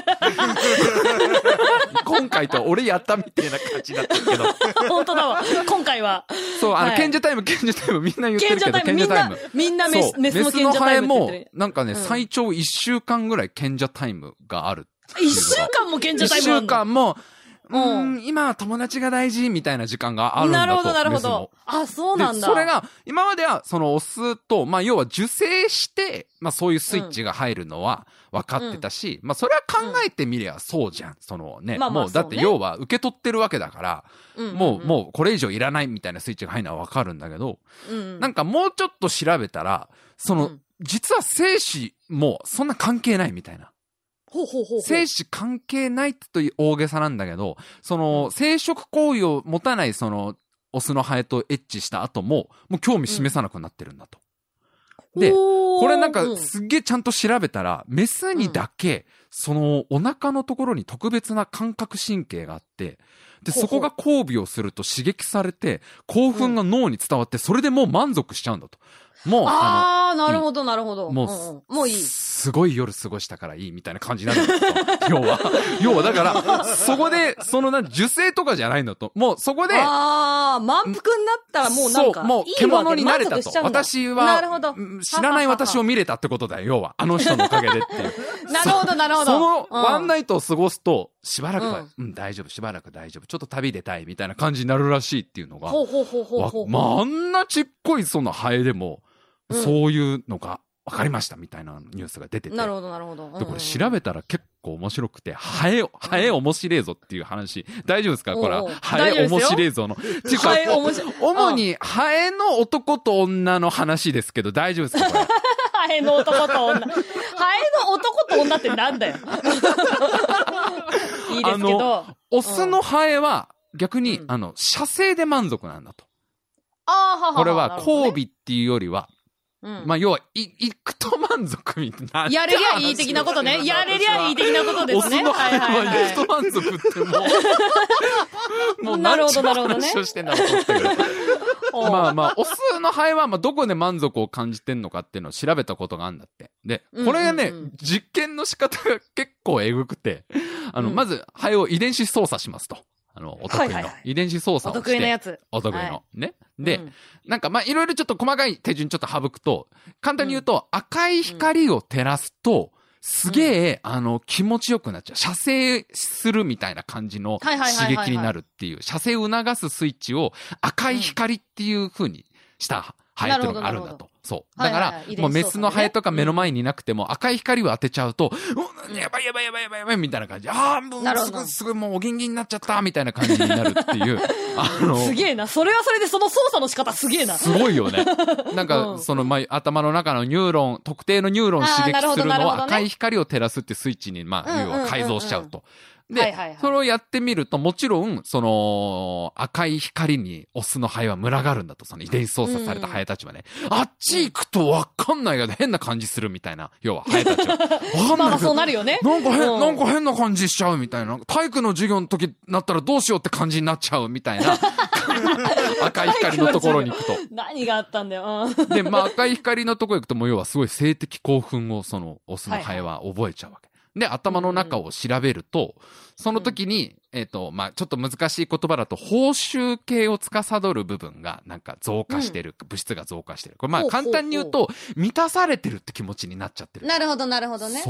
今回と俺やったみたいな感じだったけど。 本当だわ。今回は。 そう、賢者タイムみんな言ってるけど、賢者タイム。 みんなメスの賢者タイムって言ってる。メスのハエも、 なんかね、最長1週間ぐらい賢者タイムがある。 1週間も賢者タイムあるの？ 1週間も、今は友達が大事みたいな時間があるんだと。 なるほど、なるほど。あ、そうなんだ。 それが、今までは、そのオスと、まあ、要は受精して、まあ、そういうスイッチが入るのは分かってたし、まあ、それは考えてみりゃそうじゃん。もう、だって要は受け取ってるわけだから、もう、これ以上いらないみたいなスイッチが入るのは分かるんだけど、なんかもうちょっと調べたら、実は精子もそんな関係ないみたいな。精子関係ないという大げさなんだけど、生殖行為を持たないオスのハエとエッチした後もう興味示さなくなってるんだと。で、これなんかすっげえちゃんと調べたら、メスにだけ、お腹のところに特別な感覚神経があって、で、そこが交尾をすると刺激されて、興奮が脳に伝わって、それでもう満足しちゃうんだと。もう、 なるほど、なるほど。 もういい。 すごい夜過ごしたからいいみたいな感じになるんですよ。要はだから、そこで、受精とかじゃないんだと。もうそこで、 満腹になったらもうなんか、 そう、もう獣になれたと。私は、 なるほど。 知らない私を見れたってことだよ、要は。あの人のおかげでっていう。 なるほど、なるほど。 そのワンナイトを過ごすと、しばらくは、大丈夫、しばらく大丈夫。ちょっと旅出たいみたいな感じになるらしいっていうのが。まあ、あんなちっこいハエでも、そういうのが分かりましたみたいなニュースが出てて。 なるほど、なるほど。 で、これ調べたら結構面白くて、ハエ面白いぞっていう話。大丈夫ですか？これは。ハエ面白いぞの。 ハエ面白い。 主に、ハエの男と女の話ですけど、大丈夫ですか？これ。 ハエの男と女。ハエの男と女ってなんだよ。いいですけど。 オスのハエは、逆に、射精で満足なんだと。これは、交尾っていうよりは、まあ、要は、行くと満足みたいな。 やれりゃいい的なことね。やれりゃいい的なことですね。 オスのハエは行くと満足ってもう何ちゅう話をしてんだろうと思ったけど。まあまあ、オスのハエは、どこで満足を感じてんのかっていうのを調べたことがあるんだって。で、これがね、実験の仕方が結構エグくて、まず、ハエを遺伝子操作しますと。お得意の。遺伝子操作をして。 お得意のやつ。 お得意の。ね。で、なんかいろいろちょっと細かい手順ちょっと省くと、簡単に言うと、赤い光を照らすと、すげえ、気持ちよくなっちゃう。射精するみたいな感じの刺激になるっていう、射精を促すスイッチを赤い光っていう風にしたハエっていうのがあるんだと。そう。だから、もうメスのハエとか目の前にいなくても赤い光を当てちゃうと、やばいみたいな感じ。もうすごいもうおぎんぎんになっちゃったみたいな感じになるっていう。 すげえな。それはそれでその操作の仕方すげえな。 すごいよね。なんか、頭の中の特定のニューロンを刺激するのを赤い光を照らすってスイッチに、要は改造しちゃうと。 で、それをやってみると、もちろん、その、赤い光にオスのハエは群がるんだと、その遺伝子操作されたハエたちはね。あっち行くとわかんないけど変な感じするみたいな。要は、ハエたちは。わかんないけど。 まあそうなるよね。 なんか変な感じしちゃうみたいな。体育の授業の時になったらどうしようって感じになっちゃうみたいな。赤い光のところに行くと。 何があったんだよ。 で、まあ赤い光のところ行くと、もう要はすごい性的興奮をそのオスのハエは覚えちゃうわけ。で、頭の中を調べると、その時に、まあ、ちょっと難しい言葉だと、報酬系を司る部分が、なんか増加してる、物質が増加してる。これまあ、簡単に言うと、満たされてるって気持ちになっちゃってる。 なるほど、なるほどね。 そう。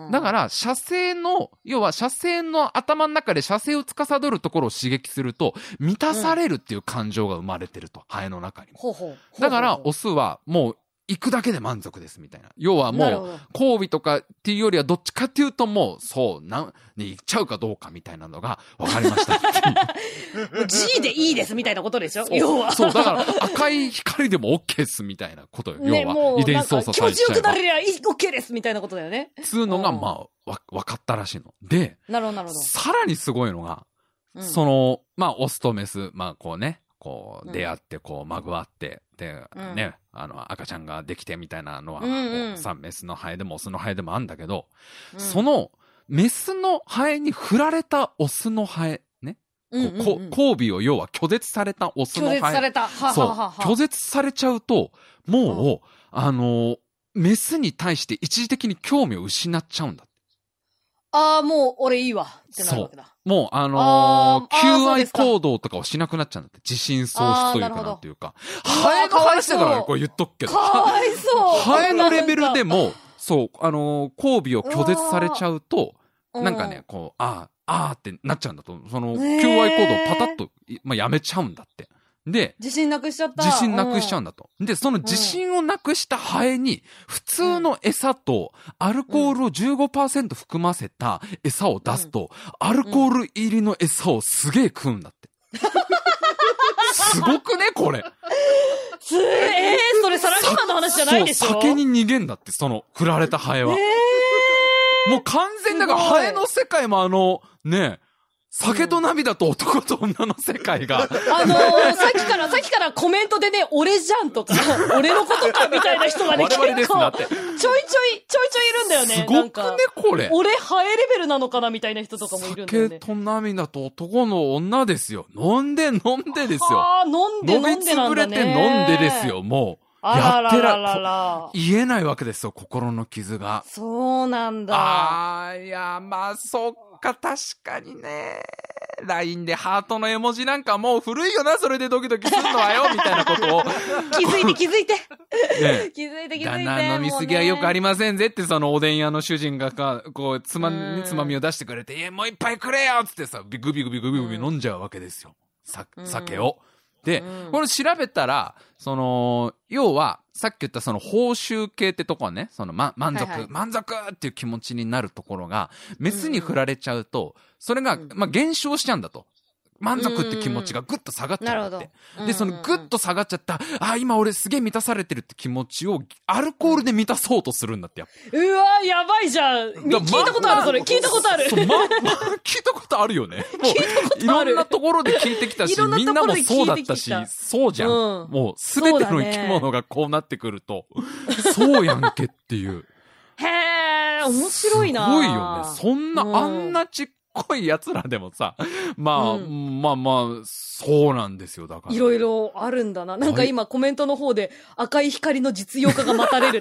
だから、射精の頭の中で射精を司るところを刺激すると、満たされるっていう感情が生まれてると、ハエの中にも。だから、オスは、もう、行くだけで満足ですみたいな。要はもう、交尾とかっていうよりはどっちかっていうともう、そう、に行っちゃうかどうかみたいなのが分かりましたっていう。 G でいいですみたいなことでしょ要は。 そう、だから赤い光でも OK ですみたいなことよ。要は、遺伝子操作されちゃう。 気持ちよくなれりゃ OK ですみたいなことだよね。 つうのが、まあ、分かったらしいの。で、 なるほど。 さらにすごいのが、その、まあ、オスとメス、まあ、こうね、こう、出会って、こう、まぐわって、で、ね、赤ちゃんができてみたいなのは、メスのハエでもオスのハエでもあるんだけど、その、メスのハエに振られたオスのハエ、ね。交尾を要は拒絶されたオスのハエ。 拒絶された。 そう。拒絶されちゃうと、もう、メスに対して一時的に興味を失っちゃうんだ。 ああ、もう俺いいわってなるわけだ。 そう。もう、求愛行動とかをしなくなっちゃうんだって。自信喪失というかなんていうか。ハエの話だからこれ言っとくけど。 かわいそう。 ハエのレベルでも、そう、交尾を拒絶されちゃうと、なんかね、こう、あーってなっちゃうんだと。その、求愛行動をパタッと、まあ、やめちゃうんだって。で、 自信なくしちゃった。 自信なくしちゃうんだと。で、その自信をなくしたハエに、普通の餌とアルコールを 15% 含ませた餌を出すと、アルコール入りの餌をすげえ食うんだって。すごくねこれ。 それサラリーマンの話じゃないでしょ。 そう、酒に逃げんだって、その、振られたハエは。もう完全にだからハエの世界もね、酒と涙と男と女の世界が。さっきからコメントでね、俺じゃんとか、俺のことかみたいな人がね、 我々ですなって。 ちょいちょいいるんだよね。 すごくね、これ。 俺、ハエレベルなのかなみたいな人とかもいるんだよね。 酒と涙と男の女ですよ。飲んでですよ。 飲みつぶれて飲んでですよ、もう。やって言えないわけですよ、心の傷が。 そうなんだ。 いや、まあ、そっか、確かにね。LINE でハートの絵文字なんかもう古いよな、それでドキドキするのはよ、みたいなことを。 気づいて。 ね、気づいて。旦那飲みすぎはよくありませんぜって、そのおでん屋の主人がこう、つまみを出してくれて、もう一杯くれよつってさ、グビグビ飲んじゃうわけですよ。酒を。で、これ調べたら、その、要は、さっき言ったその報酬系ってとこはね、その満足っていう気持ちになるところが、メスに振られちゃうと、それが、まあ、減少しちゃうんだと。満足って気持ちがぐっと下がっちゃうんだって。で、そのぐっと下がっちゃった、今俺すげえ満たされてるって気持ちを、アルコールで満たそうとするんだって。 うわー、やばいじゃん。聞いたことある、それ。聞いたことある。 聞いたことあるよね。 聞いたことある。 いろんなところで聞いてきたし、みんなもそうだったし、そうじゃん。もう、すべての生き物がこうなってくると、そうやんけっていう。 へー、面白いな。 すごいよね。そんな、あんなちっこい奴らでもさ、まあ、そうなんですよ、だから。 いろいろあるんだな。なんか今コメントの方で赤い光の実用化が待たれるって。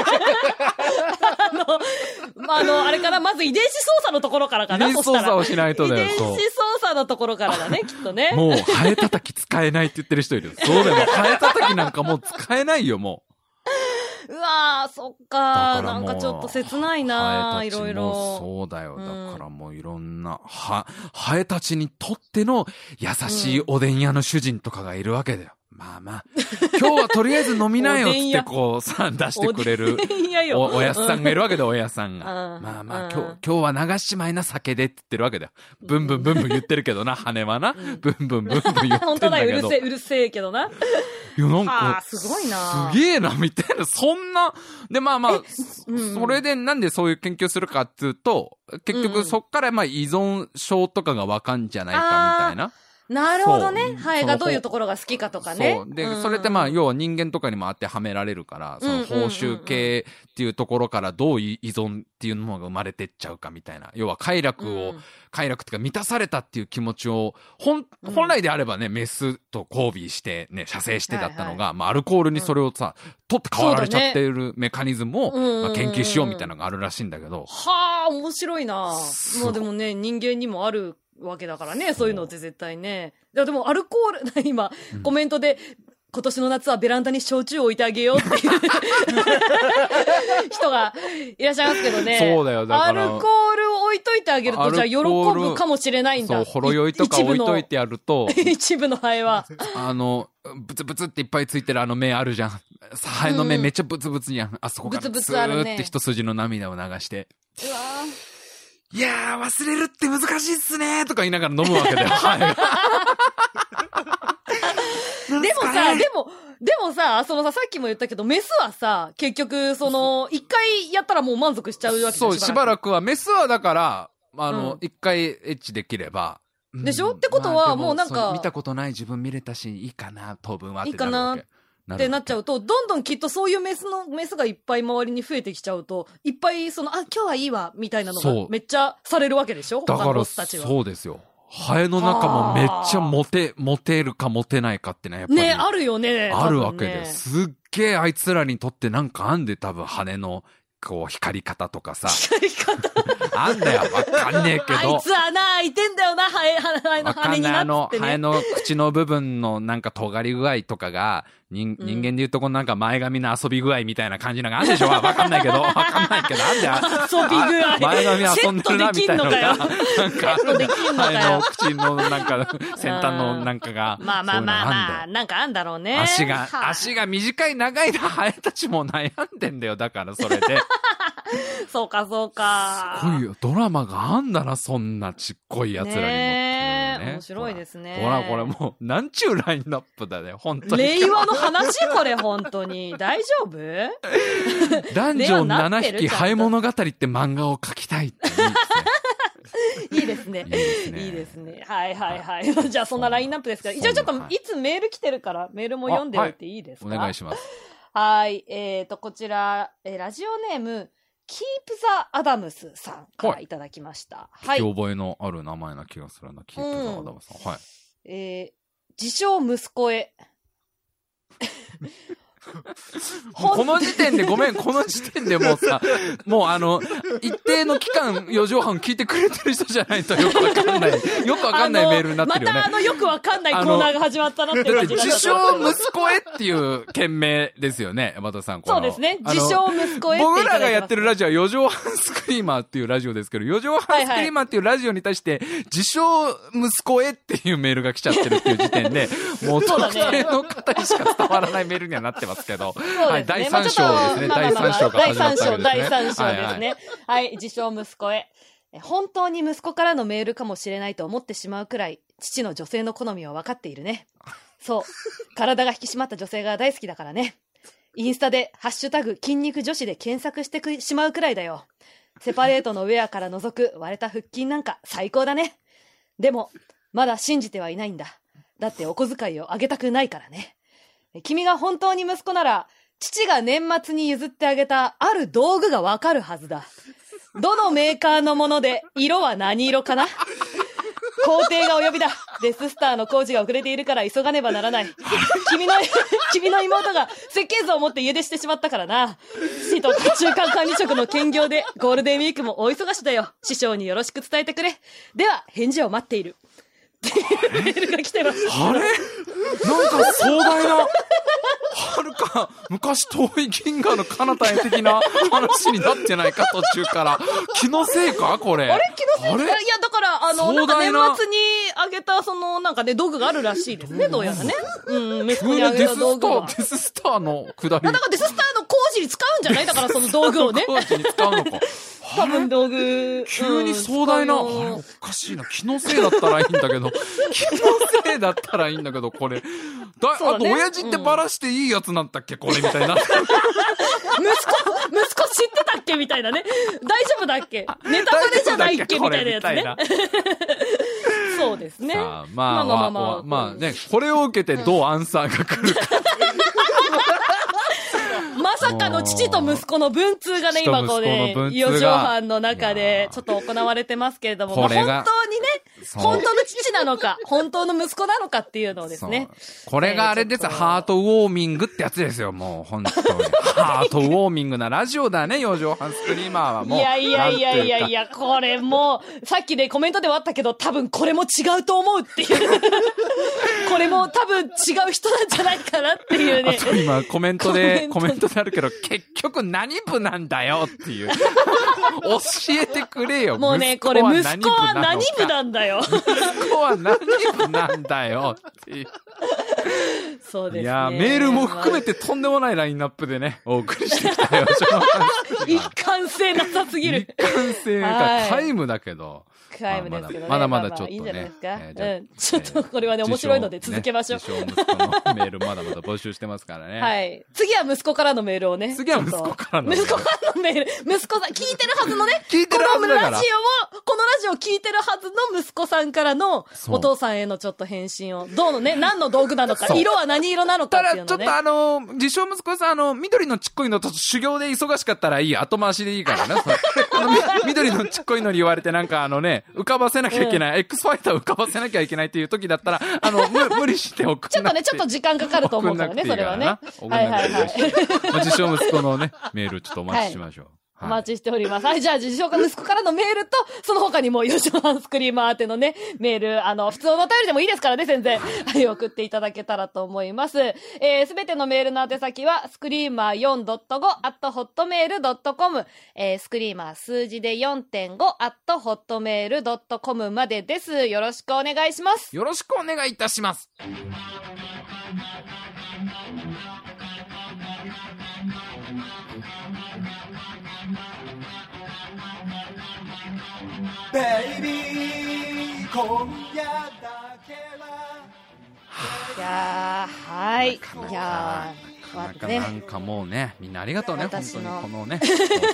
あれかな、まず遺伝子操作のところからかな。 遺伝子操作をしないとだよ。 遺伝子操作のところからだね、きっとね。 もう、ハエ叩き使えないって言ってる人いる。そうだよ。ハエ叩きなんかもう使えないよ、もう。 うわー、そっかー。なんかちょっと切ないなー、いろいろ。 そうだよ。だからもういろんな、ハエたちにとっての優しいおでん屋の主人とかがいるわけだよ。まあまあ。今日はとりあえず飲みなよってこうさ、出してくれるおやすさんがいるわけだよ、おやすさんが。まあまあ、今日は流しちまいな酒でって言ってるわけだよ。ブンブンブンブン言ってるけどな、羽はな。ブンブンブンブン言ってるんだけど。 本当だよ、うるせえけどな。 いや、なんか、 すごいな。 すげえな、みたいな、そんな、で、まあまあ、それでなんでそういう研究するかっていうと、結局そっからまあ依存症とかがわかんじゃないか、みたいな。 なるほどね。ハエがどういうところが好きかとかね。 そう。で、それってまあ、要は人間とかにも当てはめられるから、その報酬系っていうところからどう依存っていうのが生まれてっちゃうかみたいな。要は快楽っていうか満たされたっていう気持ちを、本来であればね、メスと交尾してね、射精してだったのが、まあ、アルコールにそれをさ、取って変わられちゃっているメカニズムを、まあ、研究しようみたいなのがあるらしいんだけど。 はあ、面白いな。もうでもね、人間にもあるわけだからね、そういうのって絶対ね。いやでもアルコール、今、コメントで、今年の夏はベランダに焼酎を置いてあげようっていう人がいらっしゃいますけどね。 そうだよ、だから。 アルコールを置いといてあげると、じゃあ喜ぶかもしれないんだ。 そう、ほろ酔いとか置いといてやると。 一部のハエは。 ブツブツっていっぱいついてる目あるじゃん。ハエの目めっちゃブツブツやん。あそこからブツーって一筋の涙を流して。 うわいやー、忘れるって難しいっすねーとか言いながら飲むわけだよ。はい。 でもさ、さっきも言ったけど、メスはさ、結局、一回やったらもう満足しちゃうわけじゃん。 そう、しばらくは。メスはだから、一回エッチできれば。 でしょってことは、もうなんか。 見たことない自分見れたし、いいかな、当分はってなるわけ。いいかな。ってなっちゃうと、どんどんきっとそういうメスがいっぱい周りに増えてきちゃうと、いっぱい今日はいいわ、みたいなのがめっちゃされるわけでしょだから、そうですよ。ハエの中もめっちゃモテるかモテないかってね、やっぱり。 ね、あるよね。 あるわけです。すっげえあいつらにとってなんかあんで多分羽の、光り方とかさ。 光り方あんだよ、わかんねえけど。 あいつ穴開いてんだよな、ハエの羽になってね。 ハエの口の部分のなんか尖り具合とかが、人間で言うとこのなんか前髪の遊び具合みたいな感じのがあるでしょわかんないけど、あんだよ。 遊び具合。 前髪遊んでるなみたいなのが、なんか、ハエの口のなんか、先端のなんかが、 まあ、なんかあんだろうね。 足が短い長いハエたちも悩んでんだよ、だからそれで。 そうか。 すごいよ、ドラマがあんだな、そんなちっこい奴らにも。 ね、面白いですね。 ほら、これもう、なんちゅうラインナップだね、本当に。 令和の話これ、本当に。大丈夫男女7匹ハエ物語って漫画を描きたいっていいですね。いいですね。はい。じゃあ、そんなラインナップですから。一応ちょっと、いつメール来てるから、メールも読んでおいていいですか？ お願いします。 はい。こちら、ラジオネーム、キープザ・アダムスさんからいただきました。 はい。聞き覚えのある名前な気がするな、キープザ・アダムスさん。はい。 自称息子へ。 この時点でもうさ、もう一定の期間、4畳半聞いてくれてる人じゃないとよくわかんないメールになってるよね。 またよくわかんないコーナーが始まったなっていう感じが自称息子へっていう件名ですよね、山田さん。 そうですね。自称息子へって僕らがやってるラジオは4畳半スクリーマーっていうラジオですけど、4畳半スクリーマーっていうラジオに対して、自称息子へっていうメールが来ちゃってるっていう時点で、もう特定の方にしか伝わらないメールにはなってますけど。はい、第3章ですね。第3章が始まったわけですね。 第3章ですね。はい、自称息子へ。本当に息子からのメールかもしれないと思ってしまうくらい、父の女性の好みは分かっているね。そう。体が引き締まった女性が大好きだからね。インスタで、ハッシュタグ、筋肉女子で検索してしまうくらいだよ。セパレートのウェアから覗く割れた腹筋なんか最高だね。でも、まだ信じてはいないんだ。だってお小遣いをあげたくないからね。君が本当に息子なら、父が年末に譲ってあげたある道具がわかるはずだ。どのメーカーのもので、色は何色かな？工程がお呼びだ。デススターの工事が遅れているから急がねばならない。君の妹が設計図を持って家出してしまったからな。父と中間管理職の兼業でゴールデンウィークも大忙しだよ。師匠によろしく伝えてくれ。では、返事を待っている。っていうメールが来てます。 あれなんか壮大な、はるか昔遠い銀河の彼方へ的な話になってないか、途中から。気のせいかこれ。 あれ気のせいか？いや、だから、なんか年末にあげた、なんかね、道具があるらしいですね、どうやらね。息子にあげた道具が。 デススターのくだり。 だからデススターの工事に使うんじゃない？だからその道具をね。 工事に使うのか。 多分道具。 急に壮大な、あれおかしいな。気のせいだったらいいんだけど、気のせいだったらいいんだけど、これ。あと、親父ってバラしていいやつなんだっけこれみたいな。 息子知ってたっけみたいなね。大丈夫だっけネタバレじゃないっけみたいなやつね。そうですね。 まあね、これを受けてどうアンサーが来るか。 まさかの父と息子の文通がね、今こうね、4畳半の中でちょっと行われてますけれども、本当にね、本当の父なのか、本当の息子なのかっていうのをですね。 これがあれです、ハートウォーミングってやつですよ、もう、本当に。ハートウォーミングなラジオだね、4畳半スクリーマーはもう。 いや、これもう、さっきね、コメントではあったけど、多分これも違うと思うっていう。これも多分違う人なんじゃないかなっていうね。 あと今、コメントであるけど、結局何部なんだよっていう。教えてくれよ。 もうね、これ息子は何部なんだよ。 息子は何部なんだよっていう。 そうですね。 いや、メールも含めてとんでもないラインナップでね、お送りしてきたよ。 一貫性なさすぎる。 一貫性が皆無だけど。 皆無ですけどね。 まだまだちょっとね。 いいんじゃないですか。ちょっとこれはね、面白いので続けましょう。 自称息子のメールまだまだ募集してますからね。 はい。次は息子からのメールをね。 次は息子からのメール。 息子からのメール。息子さん、聞いてるはずのね。 聞いてるはずだから。 このラジオを聞いてるはずの息子さんからのお父さんへのちょっと返信を。何の道具なのか、色は何色なのかっていうのね。 ただちょっと自称息子さん、緑のちっこいのと修行で忙しかったらいい。後回しでいいからね。緑のちっこいのに言われてなんか浮かばせなきゃいけない。X ファイター浮かばせなきゃいけないっていう時だったら、無理して送んなくて。 ちょっと時間かかると思うからね、それはね。 自称息子のね、メールちょっとお待ちしましょう。 お待ちしております。はい、じゃあ、自称息子からのメールと、その他にも、4畳半スクリーマー宛てのね、メール、普通のお便りでもいいですからね、全然。はい、送っていただけたらと思います。すべてのメールの宛先は、screamer4.5@hotmail.com、スクリーマー数字で 4.5@hotmail.com までです。よろしくお願いします。 よろしくお願いいたします。 ベイビー今夜だけはいやー、はい。いやー、なんかもうね、みんなありがとうね、本当にこのね。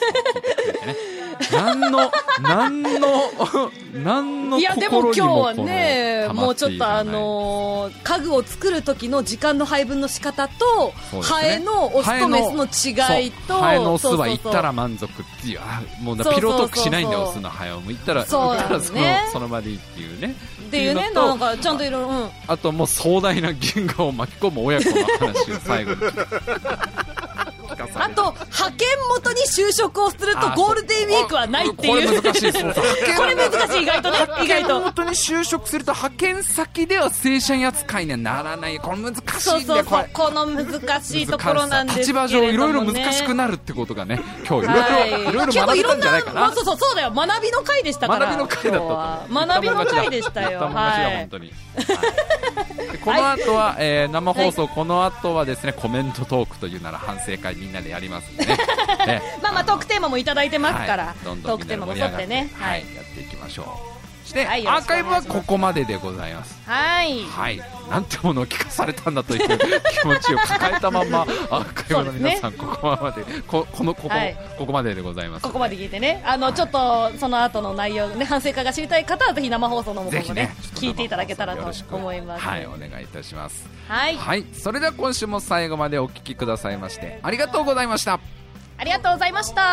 いや、でも今日はね、もうちょっと家具を作る時の時間の配分の仕方と、ハエのオスとメスの違いと、 ハエのオスは行ったら満足っていう、もうピロートークしないんだよ、オスのハエを。行ったら、その場でいいっていうね。 っていうね、なんかちゃんといろいろ、 あともう壮大な原画を巻き込む親子の話を最後に。 あと、派遣元に就職をするとゴールデンウィークはないっていう。 これ難しいです。 これ難しい、意外とね。意外と。 派遣元に就職すると派遣先では正社員扱いにはならない。これ難しいんだよ、これ。 この難しいところなんですけれどもね。 立場上いろいろ難しくなるってことがね、今日いろいろ学べたんじゃないかな。 そうだよ。学びの回でしたから。 学びの回だったと。 学びの回でしたよ。 本当に。この後は生放送、この後はですね、コメントトークというなら反省会みんなでやりますんでね。 まあトークテーマもいただいてますから、 どんトークどんみんなで盛り上がってね、やっていきましょう。して、アーカイブはここまででございます。 はい。 なんてものを聞かされたんだという気持ちを抱えたまま、アーカイブの皆さん、ここまで、ここまででございます。 ここまで聞いてね、ちょっとその後の内容ね、反省会が知りたい方はぜひ生放送の方もね、聞いていただけたらと思います。 はい、お願いいたします。 はい。 はい、それでは今週も最後までお聞きくださいまして、ありがとうございました。 ありがとうございました。